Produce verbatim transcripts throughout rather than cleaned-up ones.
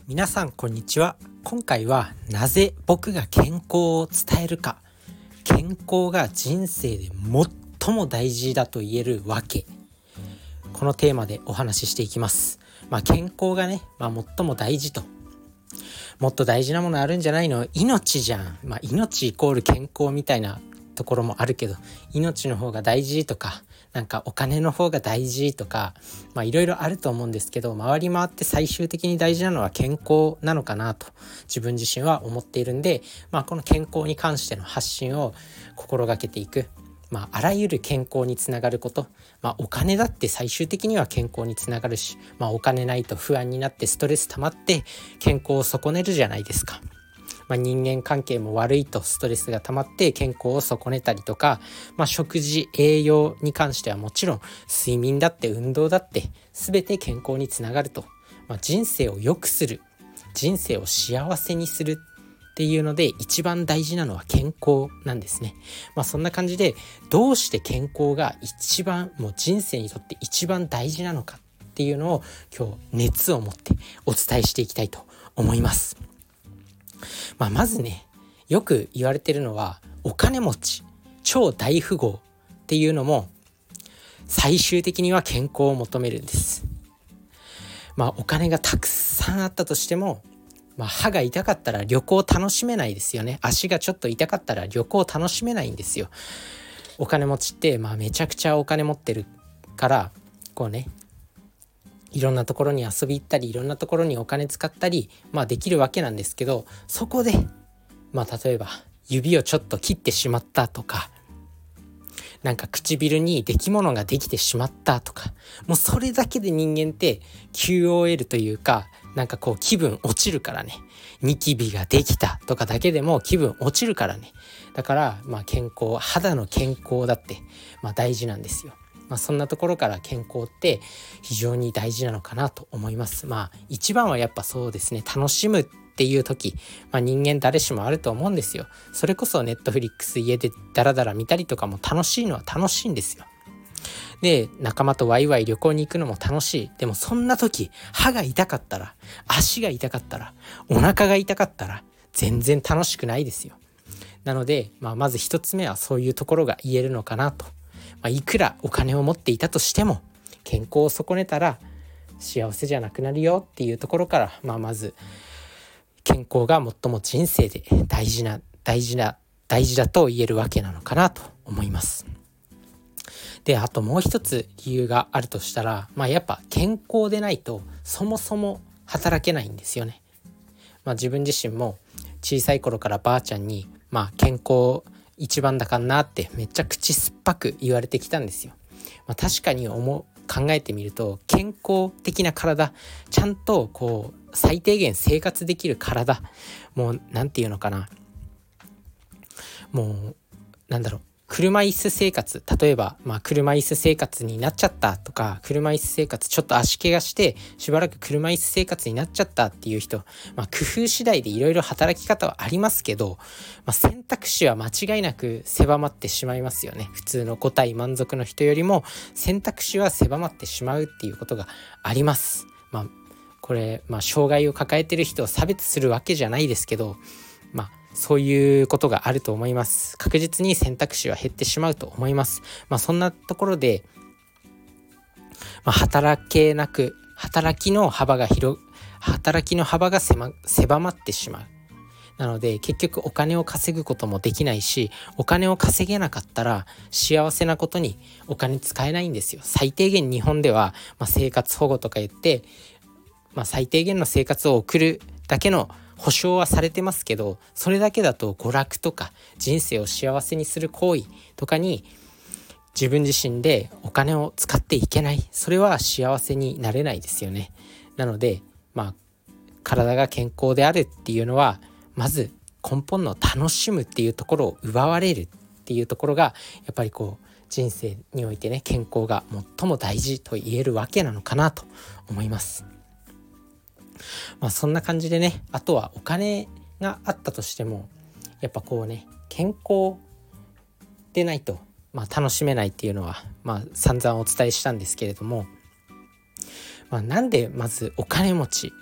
皆さんこんにちは。今回はなぜ僕が健康を伝えるか、健康が人生で最も大事だと言えるわけ、このテーマでお話ししていきます。まあ健康がね、まあ、最も大事と、もっと大事なものあるんじゃないの、命じゃん、まあ、命イコール健康みたいなところもあるけど、命の方が大事とか、なんかお金の方が大事とか、まあいろいろあると思うんですけど、回り回って最終的に大事なのは健康なのかなと自分自身は思っているんで、まあこの健康に関しての発信を心がけていく。まああらゆる健康につながること、まあお金だって最終的には健康につながるし、まあお金ないと不安になってストレス溜まって健康を損ねるじゃないですか。まあ、人間関係も悪いとストレスが溜まって健康を損ねたりとか、まあ、食事栄養に関してはもちろん睡眠だって運動だって全て健康につながると、まあ、人生を良くする、人生を幸せにするっていうので一番大事なのは健康なんですね。まあそんな感じで、どうして健康が一番もう人生にとって一番大事なのかっていうのを今日熱を持ってお伝えしていきたいと思います。まあ、まずね、よく言われてるのはお金持ち超大富豪っていうのも最終的には健康を求めるんです。まあお金がたくさんあったとしても、まあ、歯が痛かったら旅行を楽しめないですよね。足がちょっと痛かったら旅行を楽しめないんですよ。お金持ちってまあめちゃくちゃお金持ってるからこうね、いろんなところに遊び行ったりいろんなところにお金使ったり、まあできるわけなんですけど、そこでまあ例えば指をちょっと切ってしまったとか、なんか唇に出来物ができてしまったとか、もうそれだけで人間って キューオーエル というか、なんかこう気分落ちるからね。ニキビができたとかだけでも気分落ちるからね。だからまあ健康、肌の健康だってまあ大事なんですよ。まあ、そんなところから健康って非常に大事なのかなと思います。まあ一番はやっぱそうですね、楽しむっていう時、まあ、人間誰しもあると思うんですよ。それこそネットフリックス家でダラダラ見たりとかも楽しいのは楽しいんですよ。で、仲間とワイワイ旅行に行くのも楽しい。でもそんな時、歯が痛かったら、足が痛かったら、お腹が痛かったら全然楽しくないですよ。なので、まあ、まず一つ目はそういうところが言えるのかなと。まあ、いくらお金を持っていたとしても健康を損ねたら幸せじゃなくなるよっていうところから、まあ、まず健康が最も人生で大事な大事な大事だと言えるわけなのかなと思います。で、あともう一つ理由があるとしたら、まあ、やっぱ健康でないとそもそも働けないんですよね。まあ、自分自身も小さい頃からばあちゃんに、まあ、健康一番だかんなってめっちゃ口酸っぱく言われてきたんですよ。まあ、確かに思う考えてみると、健康的な体、ちゃんとこう最低限生活できる体、もうなんていうのかな、もうなんだろう、車椅子生活、例えばまあ車椅子生活になっちゃったとか、車椅子生活ちょっと足怪我してしばらく車椅子生活になっちゃったっていう人、まあ工夫次第でいろいろ働き方はありますけど、まあ、選択肢は間違いなく狭まってしまいますよね。普通の個体満足の人よりも選択肢は狭まってしまうっていうことがあります。まあこれまあ障害を抱えてる人を差別するわけじゃないですけど、まあそういうことがあると思います。確実に選択肢は減ってしまうと思います。まあそんなところで、まあ、働けなく働きの幅が広働きの幅が狭、狭まってしまう。なので結局お金を稼ぐこともできないし、お金を稼げなかったら幸せなことにお金使えないんですよ。最低限日本では、まあ、生活保護とか言って、まあ、最低限の生活を送るだけの保証はされてますけど、それだけだと娯楽とか人生を幸せにする行為とかに自分自身でお金を使っていけない。それは幸せになれないですよね。なのでまあ体が健康であるっていうのは、まず根本の楽しむっていうところを奪われるっていうところが、やっぱりこう人生においてね、健康が最も大事と言えるわけなのかなと思います。まあそんな感じでね、あとはお金があったとしてもやっぱこうね、健康でないとまあ楽しめないっていうのはまあ散々お伝えしたんですけれども、まあ、なんでまずお金持ち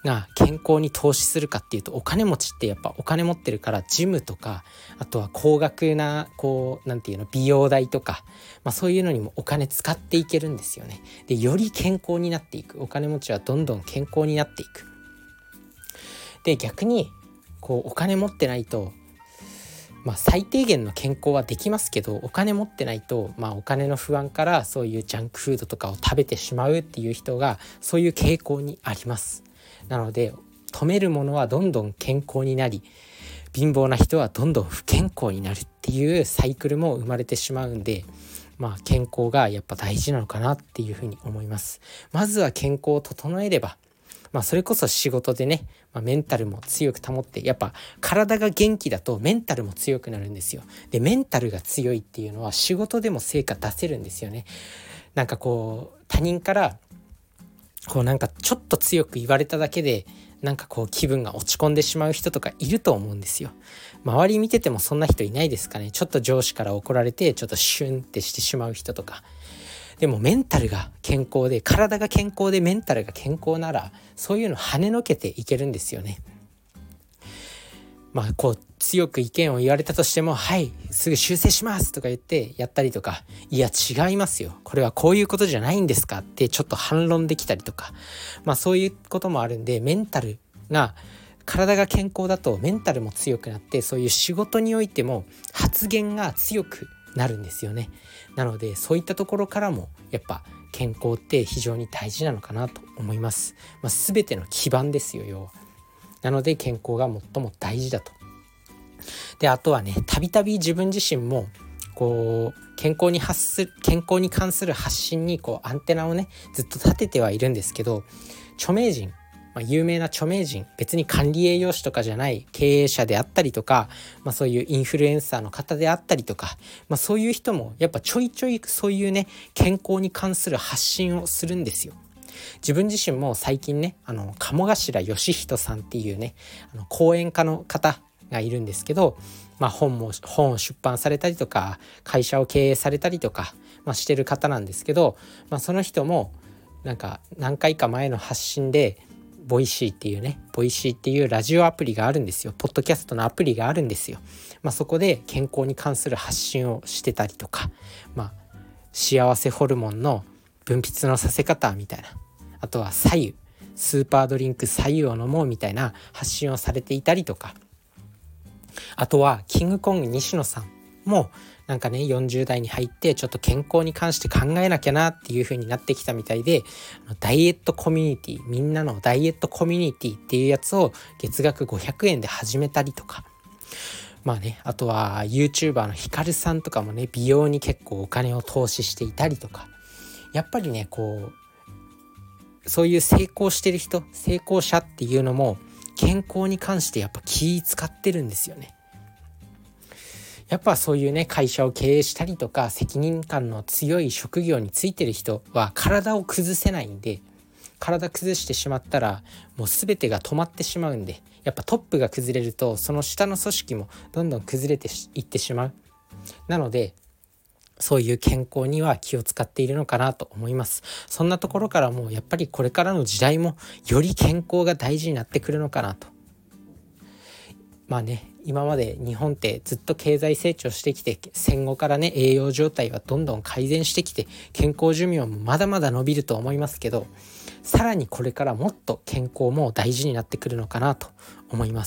が健康に投資するかっていうと、お金持ちってやっぱお金持ってるからジムとか、あとは高額なこうなんていうの美容代とか、まあ、そういうのにもお金使っていけるんですよね。でより健康になっていく、お金持ちはどんどん健康になっていく。で逆にこうお金持ってないと、まあ、最低限の健康はできますけど、お金持ってないと、まあ、お金の不安からそういうジャンクフードとかを食べてしまうっていう人がそういう傾向にあります。なので止めるものはどんどん健康になり、貧乏な人はどんどん不健康になるっていうサイクルも生まれてしまうんで、まあ、健康がやっぱ大事なのかなっていうふうに思います。まずは健康を整えれば、まあ、それこそ仕事でね、まあ、メンタルも強く保って、やっぱ体が元気だとメンタルも強くなるんですよ。でメンタルが強いっていうのは仕事でも成果出せるんですよね。なんかこう他人からこうなんかちょっと強く言われただけでなんかこう気分が落ち込んでしまう人とかいると思うんですよ。周り見ててもそんな人いないですかね。ちょっと上司から怒られてちょっとシュンってしてしまう人とか。でもメンタルが健康で、体が健康でメンタルが健康なら、そういうの跳ねのけていけるんですよね。まあこう強く意見を言われたとしても、はいすぐ修正しますとか言ってやったりとか、いや違いますよ、これはこういうことじゃないんですかってちょっと反論できたりとか、まあそういうこともあるんで、メンタルが体が健康だとメンタルも強くなって、そういう仕事においても発言が強くなるんですよね。なのでそういったところからもやっぱ健康って非常に大事なのかなと思います。まあ、全ての基盤ですよ、要は。なので健康が最も大事だと。であとはね、たびたび自分自身もこう健康に発する健康に関する発信にこうアンテナをねずっと立ててはいるんですけど、著名人、まあ、有名な著名人、別に管理栄養士とかじゃない経営者であったりとか、まあ、そういうインフルエンサーの方であったりとか、まあ、そういう人もやっぱちょいちょいそういうね健康に関する発信をするんですよ。自分自身も最近ね、あの鴨頭義人さんっていうね、あの講演家の方がいるんですけど、まあ、本も本を出版されたりとか会社を経営されたりとか、まあ、してる方なんですけど、まあ、その人もなんか何回か前の発信でボイシーっていうねボイシーっていうラジオアプリがあるんですよ。ポッドキャストのアプリがあるんですよ。まあ、そこで健康に関する発信をしてたりとか、まあ、幸せホルモンの分泌のさせ方みたいな、あとは白湯、スーパードリンク白湯を飲もうみたいな発信をされていたりとか、あとはキングコング西野さんもなんかねよんじゅう代に入ってちょっと健康に関して考えなきゃなっていう風になってきたみたいで、ダイエットコミュニティ、みんなのダイエットコミュニティっていうやつを月額ごひゃくえんで始めたりとか、まあね、あとは YouTuber のヒカルさんとかもね美容に結構お金を投資していたりとか、やっぱりねこうそういう成功してる人、成功者っていうのも健康に関してやっぱ気使ってるんですよね。やっぱそういうね会社を経営したりとか責任感の強い職業についてる人は体を崩せないんで、体崩してしまったらもう全てが止まってしまうんで、やっぱトップが崩れるとその下の組織もどんどん崩れていってしまう。なのでそういう健康には気を使っているのかなと思います。そんなところからもやっぱりこれからの時代もより健康が大事になってくるのかなと。まあね、今まで日本ってずっと経済成長してきて、戦後からね栄養状態はどんどん改善してきて、健康寿命もまだまだ伸びると思いますけど、さらにこれからもっと健康も大事になってくるのかなと思います。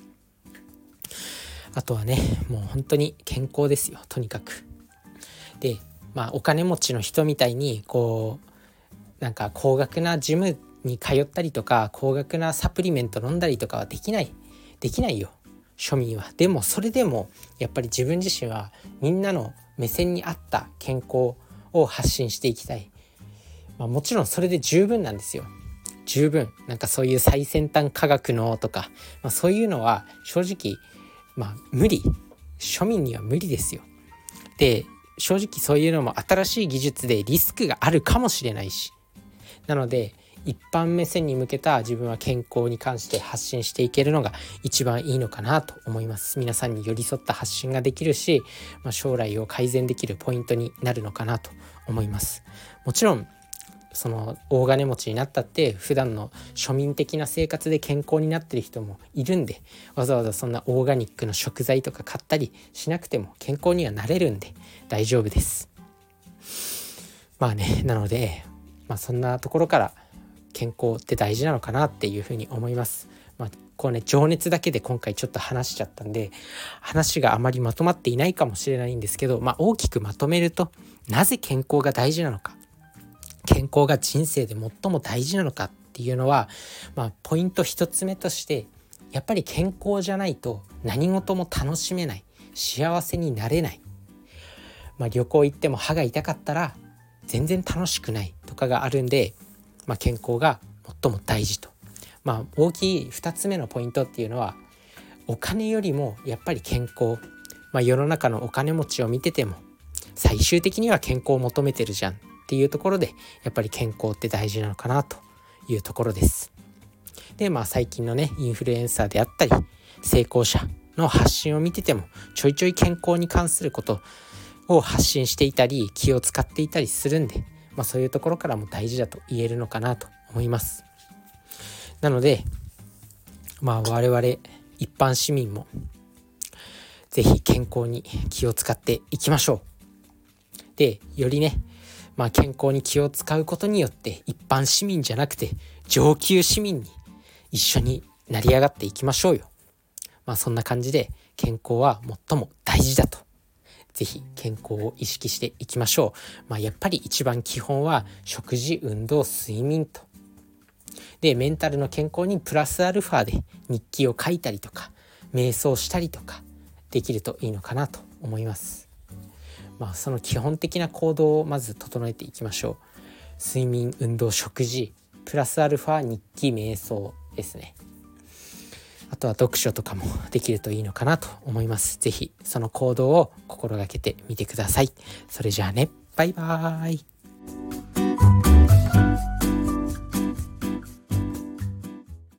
あとはねもう本当に健康ですよ、とにかく。でまあお金持ちの人みたいにこうなんか高額なジムに通ったりとか高額なサプリメント飲んだりとかはできないできないよ、庶民は。でもそれでもやっぱり自分自身はみんなの目線に合った健康を発信していきたい。まあ、もちろんそれで十分なんですよ、十分。なんかそういう最先端科学のとか、まあ、そういうのは正直まあ無理、庶民には無理ですよ。で正直そういうのも新しい技術でリスクがあるかもしれないし、なので一般目線に向けた自分は健康に関して発信していけるのが一番いいのかなと思います。皆さんに寄り添った発信ができるし、まあ、将来を改善できるポイントになるのかなと思います。もちろんその大金持ちになったって普段の庶民的な生活で健康になってる人もいるんで、わざわざそんなオーガニックの食材とか買ったりしなくても健康にはなれるんで大丈夫です。まあね、なので、まあ、そんなところから健康って大事なのかなっていうふうに思います。まあこうね、情熱だけで今回ちょっと話しちゃったんで話があまりまとまっていないかもしれないんですけど、まあ、大きくまとめると、なぜ健康が大事なのか、健康が人生で最も大事なのかっていうのは、まあ、ポイント一つ目として、やっぱり健康じゃないと何事も楽しめない、幸せになれない、まあ、旅行行っても歯が痛かったら全然楽しくないとかがあるんで、まあ、健康が最も大事と。まあ、大きいふたつめのポイントっていうのは、お金よりもやっぱり健康、まあ、世の中のお金持ちを見てても最終的には健康を求めてるじゃんっていうところで、やっぱり健康って大事なのかなというところです。で、まあ最近のねインフルエンサーであったり成功者の発信を見てても、ちょいちょい健康に関することを発信していたり気を使っていたりするんで、まあ、そういうところからも大事だと言えるのかなと思います。なので、まあ我々一般市民もぜひ健康に気を使っていきましょう。で、よりね、まあ、健康に気を使うことによって一般市民じゃなくて上級市民に一緒に成り上がっていきましょうよ。まあそんな感じで健康は最も大事だと、ぜひ健康を意識していきましょう。まあやっぱり一番基本は食事、運動、睡眠と。で、メンタルの健康にプラスアルファで日記を書いたりとか瞑想したりとかできるといいのかなと思います。まあその基本的な行動をまず整えていきましょう。睡眠、運動、食事プラスアルファ日記、瞑想ですね。あとは読書とかもできるといいのかなと思います。ぜひその行動を心がけてみてください。それじゃあね、バイバーイ。